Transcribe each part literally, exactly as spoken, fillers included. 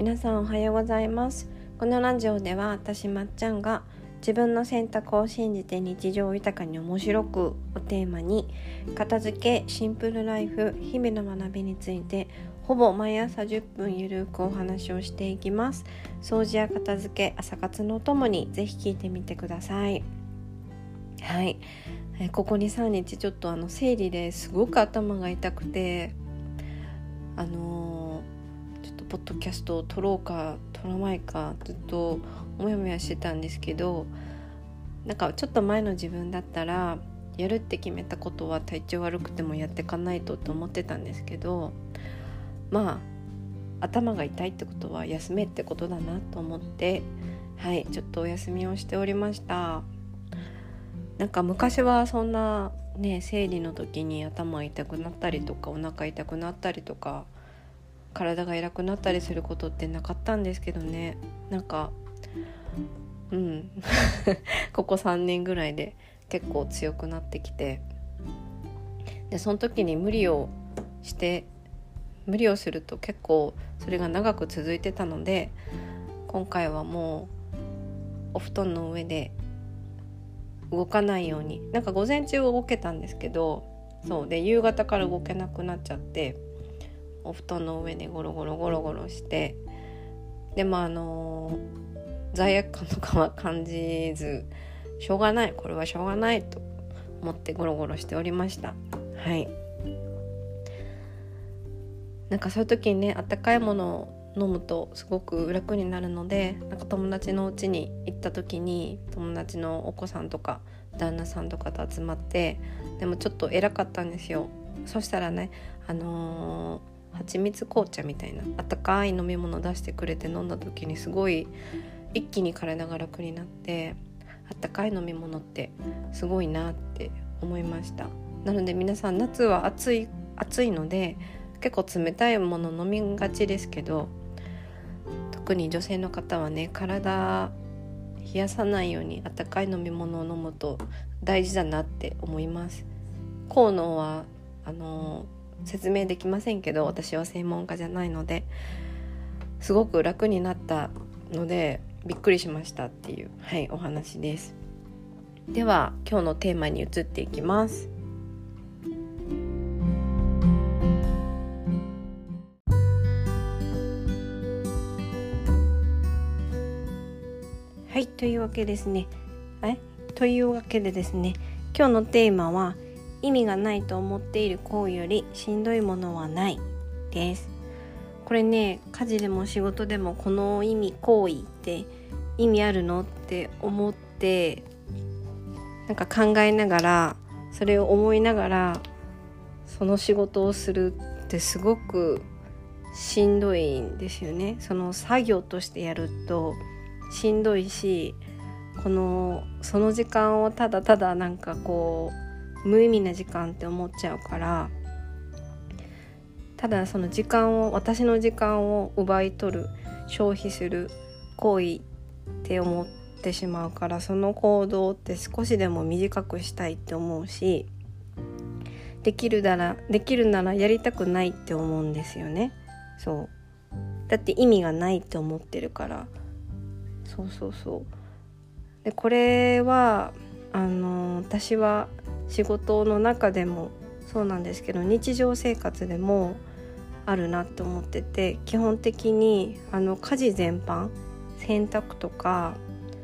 皆さんおはようございます。このラジオでは私まっちゃんが自分の選択を信じて日常を豊かに面白くをテーマに片付け、シンプルライフ、日々の学びについてほぼ毎朝じゅっぷんゆるくお話をしていきます。掃除や片付け、朝活のともにぜひ聞いてみてください。はい、えここに、さんにちちょっとあの生理ですごく頭が痛くてあのー、ちょっとポッドキャストを撮ろうか撮らないかずっともやもやしてたんですけど、なんかちょっと前の自分だったらやるって決めたことは体調悪くてもやっていかないとと思ってたんですけど、まあ頭が痛いってことは休めってことだなと思って、はいちょっとお休みをしておりました。なんか昔はそんなね生理の時に頭痛くなったりとかお腹痛くなったりとか体が痛くなったりすることってなかったんですけどね、なんかうんここさんねんぐらいで結構強くなってきて、でその時に無理をして無理をすると結構それが長く続いてたので、今回はもうお布団の上で動かないように、なんか午前中動けたんですけど、そうで夕方から動けなくなっちゃって、お布団の上でゴロゴロゴロゴロして、でもあのー、罪悪感とかは感じず、しょうがないこれはしょうがないと思ってゴロゴロしておりました。はい、なんかそういう時にね、あったかいものを飲むとすごく楽になるので、なんか友達の家に行った時に友達のお子さんとか旦那さんとかと集まって、でもちょっと偉かったんですよ。そしたらね、あのー、蜂蜜紅茶みたいなあったかい飲み物出してくれて、飲んだ時にすごい一気に体が楽になって、あったかい飲み物ってすごいなって思いました。なので皆さん、夏は暑い暑いので結構冷たいもの飲みがちですけど、特に女性の方はね、体冷やさないように温かい飲み物を飲むと大事だなって思います。効能はあの説明できませんけど、私は専門家じゃないのですごく楽になったのでびっくりしましたっていう、はい、お話です。では今日のテーマに移っていきます。はい、というわけですね。えというわけでですね、今日のテーマは意味がないと思っている行為よりしんどいものはないです。これね、家事でも仕事でもこの意味、行為って意味あるのって思って、なんか考えながら、それを思いながらその仕事をするってすごくしんどいんですよね。その作業としてやるとしんどいし、このその時間をただただなんかこう無意味な時間って思っちゃうから、ただその時間を私の時間を奪い取る、消費する行為って思ってしまうから、その行動って少しでも短くしたいって思うし、できるならできるならやりたくないって思うんですよね。そうだって意味がないって思ってるから。そうそうそうでこれはあの私は仕事の中でもそうなんですけど、日常生活でもあるなって思ってて、基本的にあの家事全般、洗濯とか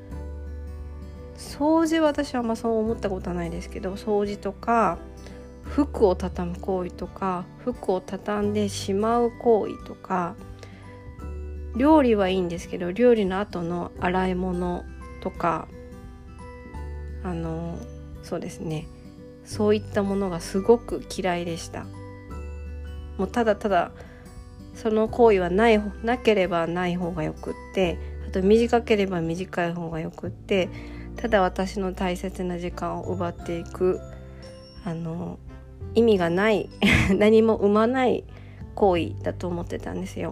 掃除は私はあんまそう思ったことはないですけど、掃除とか服を畳む行為とか、服を畳んでしまう行為とか、料理はいいんですけど料理の後の洗い物とか、あのそうですね、そういったものがすごく嫌いでした。もうただただその行為はないなければない方がよくって、あと短ければ短い方がよくって、ただ私の大切な時間を奪っていく、あの意味がない何も生まない行為だと思ってたんですよ。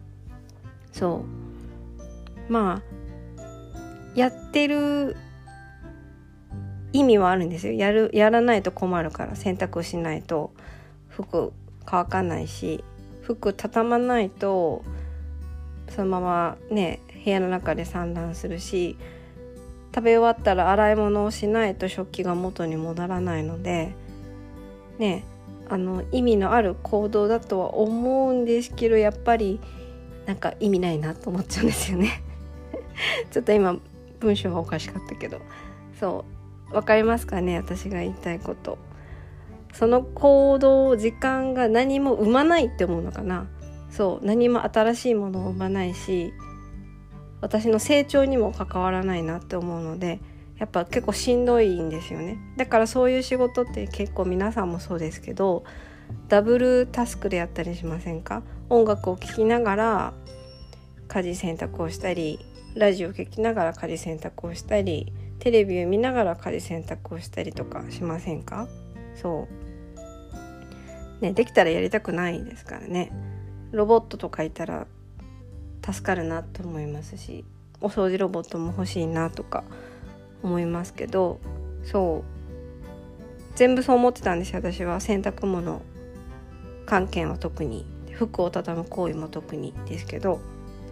そうまあやってる意味はあるんですよ。やるやらないと困るから、洗濯しないと服乾かないし、服畳まないとそのままね部屋の中で散乱するし、食べ終わったら洗い物をしないと食器が元に戻らないのでね、あの意味のある行動だとは思うんですけど、やっぱりなんか意味ないなと思っちゃうんですよねちょっと今文章がおかしかったけど、そうわかりますかね、私が言いたいこと。その行動時間が何も生まないって思うのかな。そう何も新しいものを生まないし、私の成長にも関わらないなって思うので、やっぱ結構しんどいんですよね。だからそういう仕事って結構皆さんもそうですけど、ダブルタスクでやったりしませんか？音楽を聴きながら家事洗濯をしたり、ラジオを聴きながら家事洗濯をしたり、テレビを見ながら家事洗濯をしたりとかしませんか？そうね、できたらやりたくないですからね。ロボットとかいたら助かるなと思いますし、お掃除ロボットも欲しいなとか思いますけど、そう全部そう思ってたんですよ。私は洗濯物関係は特に、服を畳む行為も特にですけど、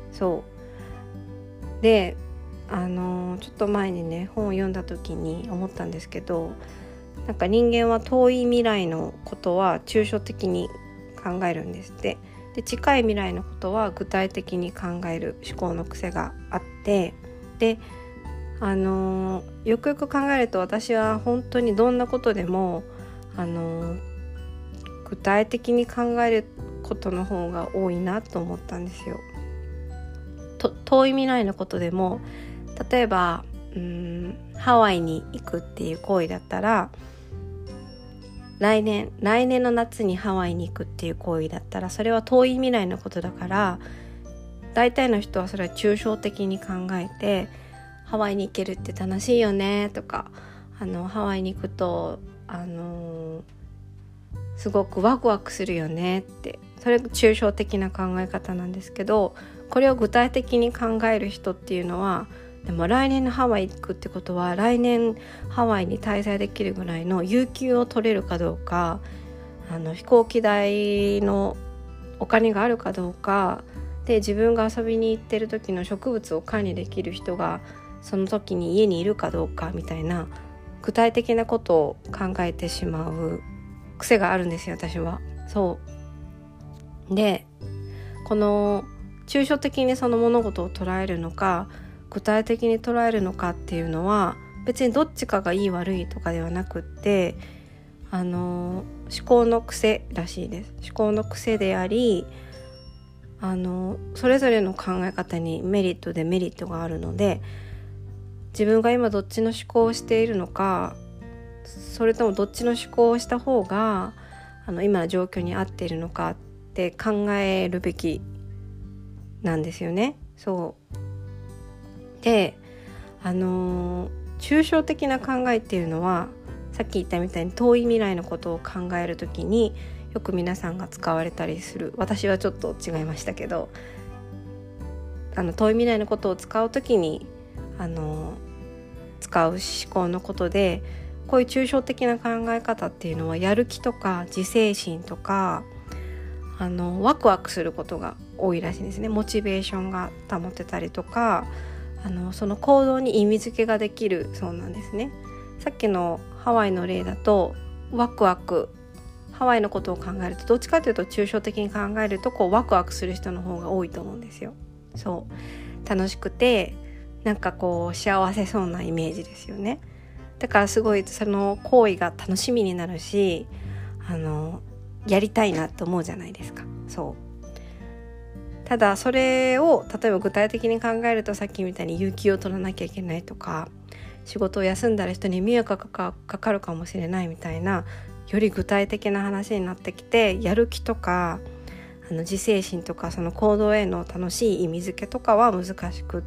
そうであのちょっと前にね本を読んだ時に思ったんですけど、なんか人間は遠い未来のことは抽象的に考えるんですって。で近い未来のことは具体的に考える思考の癖があって、であのー、よくよく考えると私は本当にどんなことでも、あのー、具体的に考えることの方が多いなと思ったんですよ。と遠い未来のことでも、例えばうーんハワイに行くっていう行為だったら、来年来年の夏にハワイに行くっていう行為だったら、それは遠い未来のことだから、大体の人はそれは抽象的に考えて、ハワイに行けるって楽しいよねとか、あのハワイに行くとあのすごくワクワクするよねって、それが抽象的な考え方なんですけど、これを具体的に考える人っていうのは、でも来年のハワイ行くってことは、来年ハワイに滞在できるぐらいの有給を取れるかどうか、あの飛行機代のお金があるかどうかで、自分が遊びに行ってる時の植物を管理できる人がその時に家にいるかどうかみたいな具体的なことを考えてしまう癖があるんですよ、私は。そうで、この抽象的にその物事を捉えるのか具体的に捉えるのかっていうのは、別にどっちかがいい悪いとかではなくって、あの思考の癖らしいです。思考の癖であり、あのそれぞれの考え方にメリットデメリットがあるので、自分が今どっちの思考をしているのか、それともどっちの思考をした方があの今の状況に合っているのかって考えるべきなんですよね。そうで、あのー、抽象的な考えっていうのは、さっき言ったみたいに遠い未来のことを考えるときによく皆さんが使われたりする、私はちょっと違いましたけど、あの遠い未来のことを使うときにあのー、使う思考のことで、こういう抽象的な考え方っていうのはやる気とか自制心とか、あのワクワクすることが多いらしいんですね。モチベーションが保てたりとか、あのその行動に意味付けができるそうなんですね。さっきのハワイの例だとワクワク、ハワイのことを考えるとどっちかというと抽象的に考えるとこうワクワクする人の方が多いと思うんですよ。そう楽しくてなんかこう幸せそうなイメージですよね。だからすごいその行為が楽しみになるし、あのやりたいなと思うじゃないですか。そうただそれを例えば具体的に考えると、さっきみたいに有給を取らなきゃいけないとか、仕事を休んだら人に迷惑がかかるかもしれないみたいな、より具体的な話になってきて、やる気とかあの自制心とかその行動への楽しい意味付けとかは難しくって、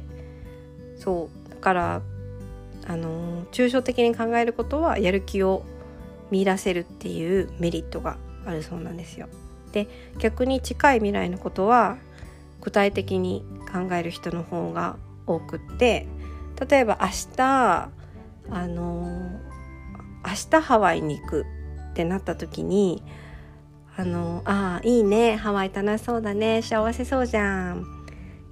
そうだからあの抽象的に考えることはやる気を見出せるっていうメリットがあるそうなんですよ。で逆に近い未来のことは具体的に考える人の方が多くって、例えば明日あの明日ハワイに行くってなった時に、あのあいいね、ハワイ楽しそうだね、幸せそうじゃん、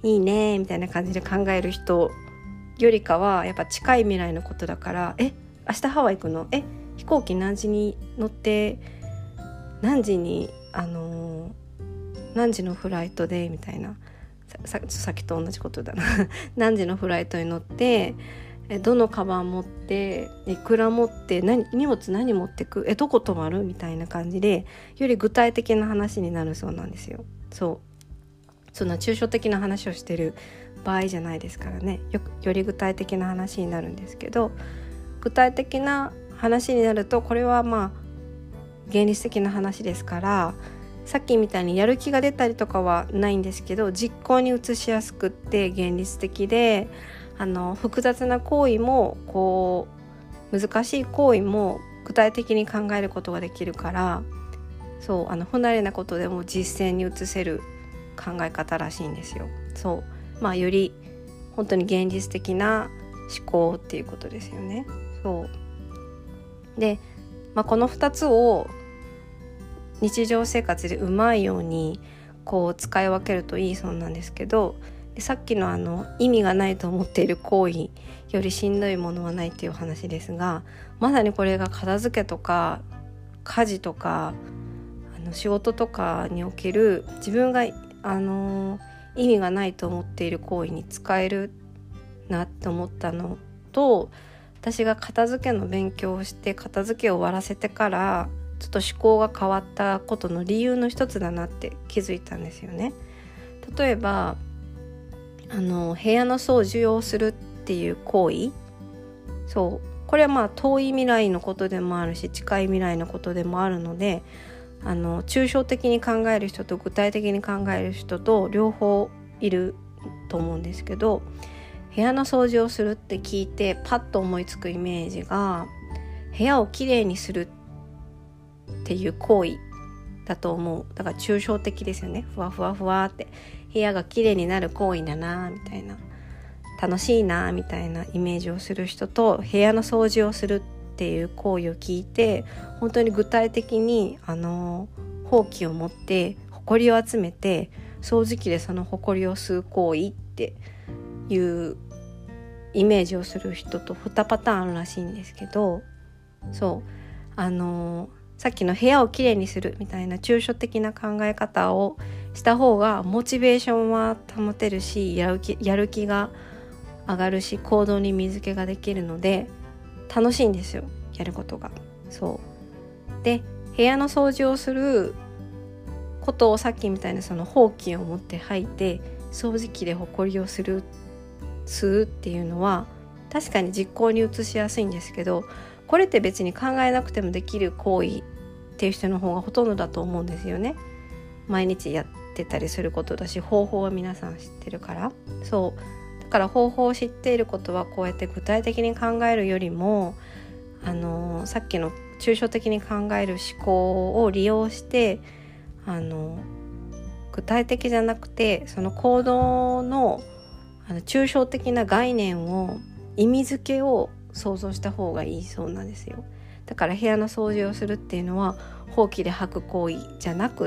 いいねみたいな感じで考える人よりかはやっぱ近い未来のことだから、え明日ハワイ行くの、え飛行機何時に乗って何時にあのー、何時のフライトでみたいな、さ, さっきと同じことだな何時のフライトに乗ってえどのカバン持っていくら持って何荷物何持ってく、えどこ泊まるみたいな感じでより具体的な話になるそうなんですよ。そうそんな抽象的な話をしてる場合じゃないですからね。 よ, より具体的な話になるんですけど、具体的な話になるとこれはまあ現実的な話ですから、さっきみたいにやる気が出たりとかはないんですけど、実行に移しやすくって現実的で、あの複雑な行為もこう難しい行為も具体的に考えることができるから、そうあの不慣れなことでも実践に移せる考え方らしいんですよ。そうまあより本当に現実的な思考っていうことですよね。そうで、まあ、このふたつを日常生活でうまいようにこう使い分けるといいそうなんですけど、さっきのあの意味がないと思っている行為よりしんどいものはないっていう話ですが、まさにこれが片付けとか家事とかあの仕事とかにおける自分があの意味がないと思っている行為に使えるなって思ったのと、私が片付けの勉強をして片付けを終わらせてからちょっと思考が変わったことの理由の一つだなって気づいたんですよね。例えばあの部屋の掃除をするっていう行為、そうこれはまあ遠い未来のことでもあるし近い未来のことでもあるので、あの抽象的に考える人と具体的に考える人と両方いると思うんですけど、部屋の掃除をするって聞いてパッと思いつくイメージが部屋をきれいにするっていう行為だと思う。だから抽象的ですよね。ふわふわふわって部屋がきれいになる行為だなみたいな、楽しいなみたいなイメージをする人と、部屋の掃除をするっていう行為を聞いて本当に具体的にあのほうきを持ってほこりを集めて掃除機でそのほこりを吸う行為っていうイメージをする人とにパターンあるらしいんですけど、そうあのさっきの部屋をきれいにするみたいな抽象的な考え方をした方がモチベーションは保てるし、やる気、やる気が上がるし、行動に水気ができるので楽しいんですよ、やることが。そうで部屋の掃除をすることをさっきみたいなそのほうきを持って吐いて掃除機でほこりをする吸うっていうのは確かに実行に移しやすいんですけど、これって別に考えなくてもできる行為っていう人の方がほとんどだと思うんですよね。毎日やってたりすることだし、方法は皆さん知ってるから。そうだから方法を知っていることはこうやって具体的に考えるよりも、あのー、さっきの抽象的に考える思考を利用して、あのー、具体的じゃなくてその行動のあの抽象的な概念を意味付けを想像した方がいいそうなんですよ。だから部屋の掃除をするっていうのはほうきで吐く行為じゃなくって、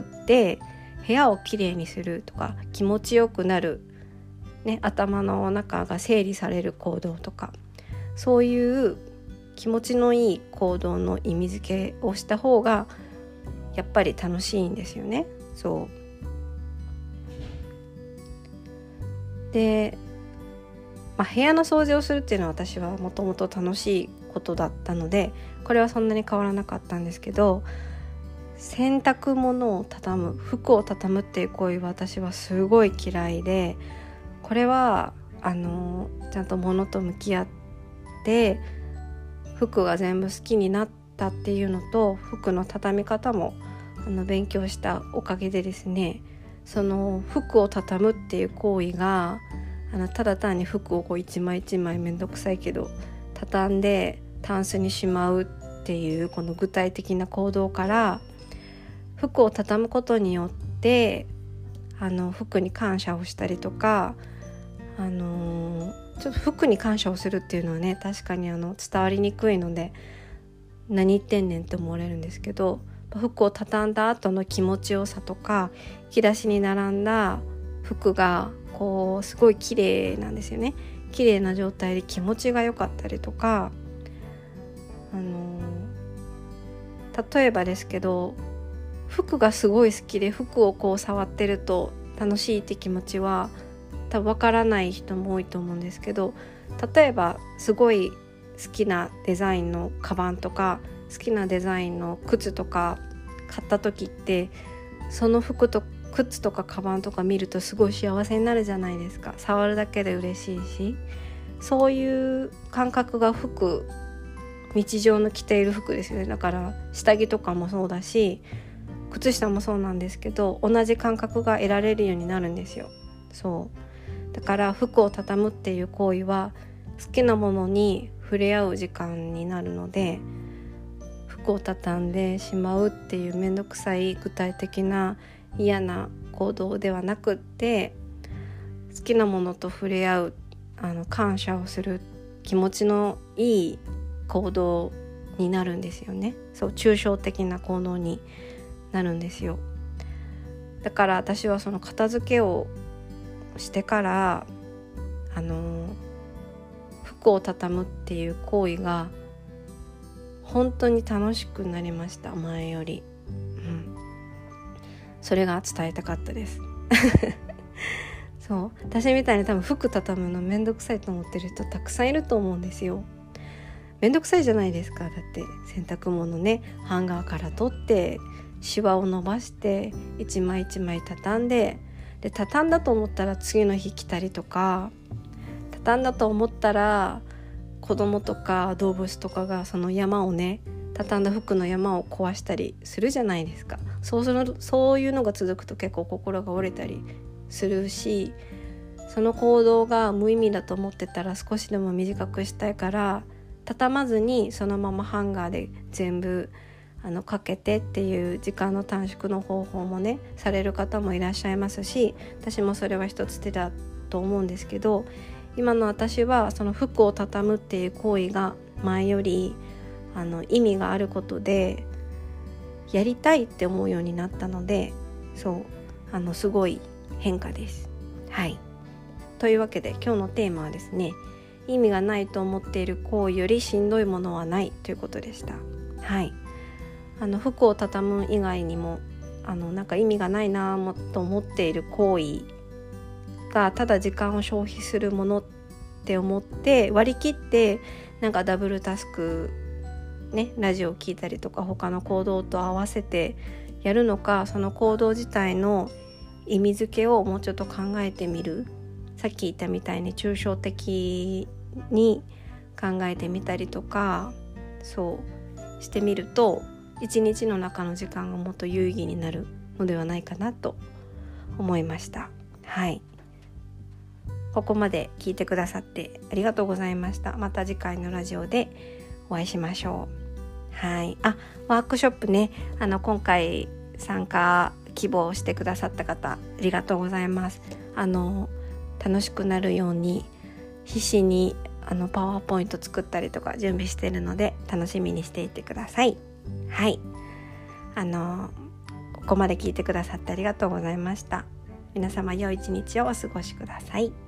部屋をきれいにするとか気持ちよくなる、ね、頭の中が整理される行動とか、そういう気持ちのいい行動の意味付けをした方がやっぱり楽しいんですよね。そうでまあ、部屋の掃除をするっていうのは私はもともと楽しいことだったのでこれはそんなに変わらなかったんですけど、洗濯物を畳む、服を畳むっていう行為は私はすごい嫌いで、これはあのちゃんと物と向き合って服が全部好きになったっていうのと、服の畳み方もあの勉強したおかげでですね、その服を畳むっていう行為があのただ単に服をこう一枚一枚めんどくさいけど畳んでタンスにしまうっていうこの具体的な行動から、服を畳むことによってあの服に感謝をしたりとか、あのー、ちょっと服に感謝をするっていうのはね確かにあの伝わりにくいので何言ってんねんって思われるんですけど、服を畳んだ後の気持ちよさとか、引き出しに並んだ服がこうすごい綺麗なんですよね。綺麗な状態で気持ちが良かったりとか、あの例えばですけど、服がすごい好きで服をこう触ってると楽しいって気持ちは多分わからない人も多いと思うんですけど、例えばすごい好きなデザインのカバンとか好きなデザインの靴とか買った時って、その服と靴とかカバンとか見るとすごい幸せになるじゃないですか。触るだけで嬉しいし、そういう感覚が服、日常の着ている服ですよね。だから下着とかもそうだし靴下もそうなんですけど、同じ感覚が得られるようになるんですよ。そうだから服を畳むっていう行為は好きなものに触れ合う時間になるので、服を畳んでしまうっていうめんどくさい具体的な嫌な行動ではなくって、好きなものと触れ合う、あの感謝をする気持ちのいい行動になるんですよね。そう、抽象的な行動になるんですよ。だから私はその片付けをしてからあの服を畳むっていう行為が本当に楽しくなりました、前より、うん、それが伝えたかったですそう、私みたいに多分服畳むのめんどくさいと思ってる人たくさんいると思うんですよ。めんどくさいじゃないですか。だって洗濯物ね、ハンガーから取ってシワを伸ばして一枚一枚畳んで、で畳んだと思ったら次の日着たりとか、畳んだと思ったら子供とか動物とかがその山をね、畳んだ服の山を壊したりするじゃないですか。そうする、そういうのが続くと結構心が折れたりするし、その行動が無意味だと思ってたら少しでも短くしたいから、畳まずにそのままハンガーで全部あのかけてっていう時間の短縮の方法もねされる方もいらっしゃいますし、私もそれは一つ手だと思うんですけど、今の私はその服を畳むっていう行為が前よりあの意味があることでやりたいって思うようになったので、そうあのすごい変化です。はい。というわけで今日のテーマはですね、意味がないと思っている行為よりしんどいものはないということでした。はい。あの服を畳む以外にもあのなんか意味がないなと思っている行為がただ時間を消費するものって思って割り切って、なんかダブルタスクね、ラジオを聞いたりとか他の行動と合わせてやるのか、その行動自体の意味付けをもうちょっと考えてみる。さっき言ったみたいに抽象的に考えてみたりとか、そうしてみると一日の中の時間がもっと有意義になるのではないかなと思いました。はい。ここまで聞いてくださってありがとうございました。また次回のラジオでお会いしましょう。はい。あ、ワークショップね、あの今回参加希望してくださった方ありがとうございます。あの楽しくなるように必死にあのパワーポイント作ったりとか準備しているので楽しみにしていてください。はい。あのここまで聞いてくださってありがとうございました。皆様良い一日をお過ごしください。